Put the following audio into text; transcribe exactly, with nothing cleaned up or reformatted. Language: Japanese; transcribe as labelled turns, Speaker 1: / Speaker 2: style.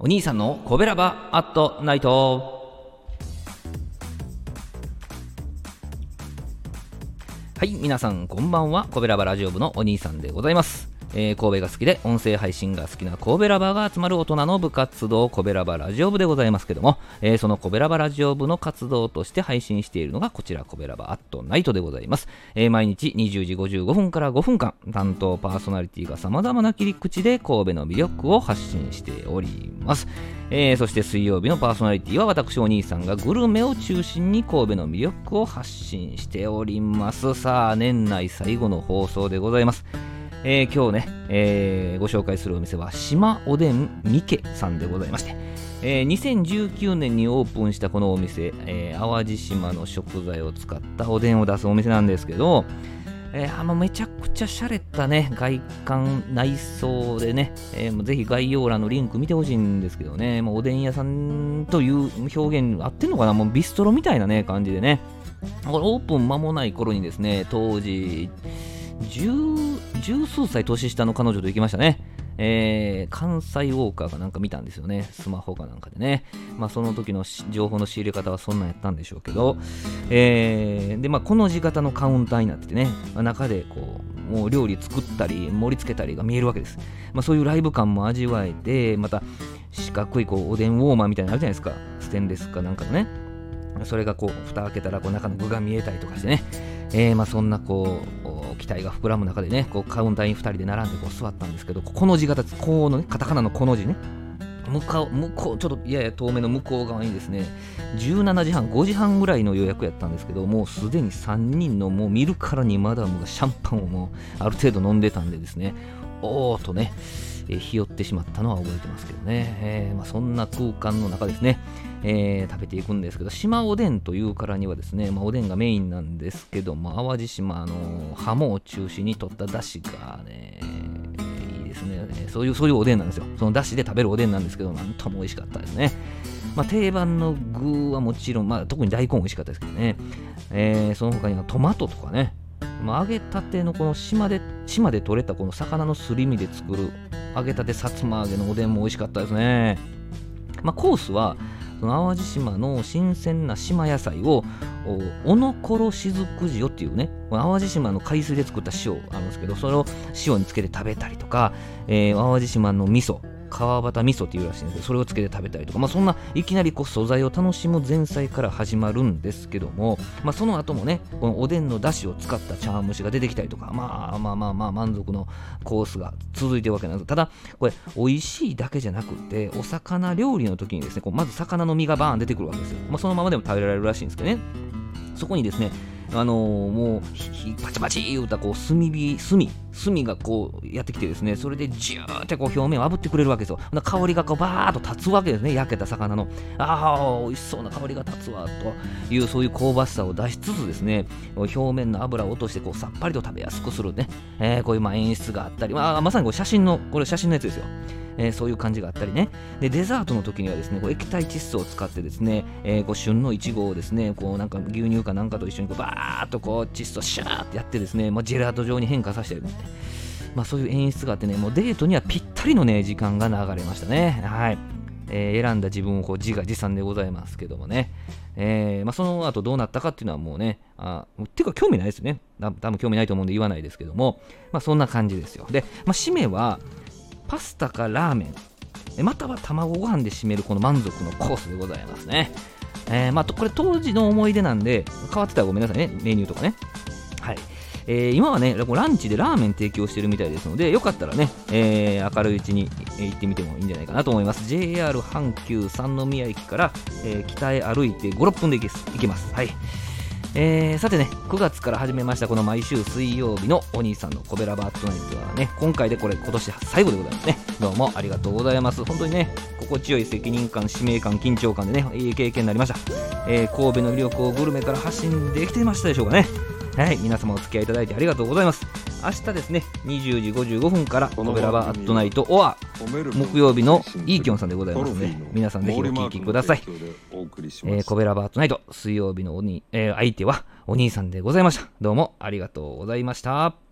Speaker 1: お兄さんのコベラバアットナイト。はい、皆さんこんばんは。コベラバラジオ部のお兄さんでございます。えー、神戸が好きで音声配信が好きな神戸ラバーが集まる大人の部活動、コベラバラジオ部でございますけども、えー、そのコベラバラジオ部の活動として配信しているのがこちら、コベラバアットナイトでございます。えー、毎日にじゅうじごじゅうごふんからごふんかん、担当パーソナリティが様々な切り口で神戸の魅力を発信しております。えー、そして水曜日のパーソナリティは私お兄さんがグルメを中心に神戸の魅力を発信しております。さあ、年内最後の放送でございます。えー、今日ね、えー、ご紹介するお店は島おでんみけさんでございまして、えー、にせんじゅうきゅうねんにオープンしたこのお店、えー、淡路島の食材を使ったおでんを出すお店なんですけど、えー、あのめちゃくちゃ洒落たね外観内装でね、えー、もうぜひ概要欄のリンク見てほしいんですけどね、もうおでん屋さんという表現合ってんのかな、もうビストロみたいなね感じでね、これオープン間もない頃にですね、当時十, 十数歳年下の彼女と行きましたね。えー、関西ウォーカーかなんか見たんですよね、スマホかなんかでね。まあその時の情報の仕入れ方はそんなんやったんでしょうけど、えー、でまあこの字型のカウンターになっててね、中でこうもう料理作ったり盛り付けたりが見えるわけです。まあそういうライブ感も味わえて、また四角いこうおでんウォーマーみたいなのあるじゃないですか、ステンレスかなんかのね。それがこう蓋開けたらこう中の具が見えたりとかしてね、えー、まあそんなこう期待が膨らむ中でね、こうカウンターにふたりで並んでこう座ったんですけど、この字型、こうのね、カタカナのこの字ね、向こう、向こうちょっとやや遠めの向こう側にですね、じゅうしちじはん、ごじはんぐらいの予約やったんですけど、もうすでにさんにんのもう見るからにマダムがシャンパンをもうある程度飲んでたんでですね、おーとね、えー、ひよってしまったのは覚えてますけどね、えーまあ、そんな空間の中ですね、えー、食べていくんですけど、島おでんというからにはですね、まあ、おでんがメインなんですけども、淡路島のハモを中心に取った出汁がね、いいですね、そういうそういうおでんなんですよ。その出汁で食べるおでんなんですけど、なんとも美味しかったですね。まあ、定番の具はもちろん、まあ、特に大根美味しかったですけどね、えー、その他にはトマトとかね、まあ、揚げたてのこの島で島で採れたこの魚のすり身で作る揚げたてさつま揚げのおでんも美味しかったですね。まあ、コースはその淡路島の新鮮な島野菜をおのころしずく塩っていうね、淡路島の海水で作った塩あるんですけど、それを塩につけて食べたりとか、えー、淡路島の味噌、川端味噌っていうらしいんですけど、それをつけて食べたりとか、まあ、そんないきなりこう素材を楽しむ前菜から始まるんですけども、まあ、その後もね、このおでんの出汁を使った茶碗蒸しが出てきたりとか、まあまあまあまあ満足のコースが続いてるわけなんです。ただこれ美味しいだけじゃなくて、お魚料理の時にですね、こうまず魚の身がバーン出てくるわけですよ。まあ、そのままでも食べられるらしいんですけどね、そこにですね、あのー、もうパチパチ言うたこう炭火炭炭がこうやってきてですね、それでジューってこう表面を炙ってくれるわけですよ。香りがこうバーッと立つわけですね、焼けた魚の。ああ美味しそうな香りが立つわという、そういう香ばしさを出しつつですね、表面の油を落としてこうさっぱりと食べやすくするね、えー、こういうまあ演出があったり、まあ、まさにこれ写真のこれ写真のやつですよ。えー、そういう感じがあったりね。でデザートの時にはですね、こう液体窒素を使ってですね、えー、こう旬のいちごをですね、こうなんか牛乳かなんかと一緒にこうバーッとこう窒素シャーってやってですね、まあ、ジェラート状に変化させてるみたいな、まあ、そういう演出があってね、もうデートにはぴったりのね時間が流れましたね。はい、えー、選んだ自分をこう自画自賛でございますけどもね、えーまあ、その後どうなったかっていうのはもうね、あっていうか興味ないですよね。多分興味ないと思うんで言わないですけども、まあ、そんな感じですよ。で、まあ、締めはパスタかラーメン、または卵ご飯で締めるこの満足のコースでございますね。えー、まあこれ当時の思い出なんで、変わってたらごめんなさいね、メニューとかね。はい、えー、今はねランチでラーメン提供してるみたいですので、よかったらね、えー、明るいうちに行ってみてもいいんじゃないかなと思います。 ジェイアール 阪急三宮駅から、えー、北へ歩いてご、ろっぷんで行けます。はい、えー、さてね、くがつから始めましたこの毎週水曜日のお兄さんのコベラバートナイトはね、今回でこれ今年最後でございますね。どうもありがとうございます。本当にね、心地よい責任感、使命感、緊張感でね、いい経験になりました。えー、神戸の魅力をグルメから発信できてましたでしょうかね。はい、皆様お付き合いいただいてありがとうございます。明日ですね、にじゅうじごじゅうごふんからコベラバーアットナイトオア木曜日のイーキョンさんでございますので、皆さんぜひお聞きください。えー、コベラバーアットナイト水曜日のおに、えー、相手はお兄さんでございました。どうもありがとうございました。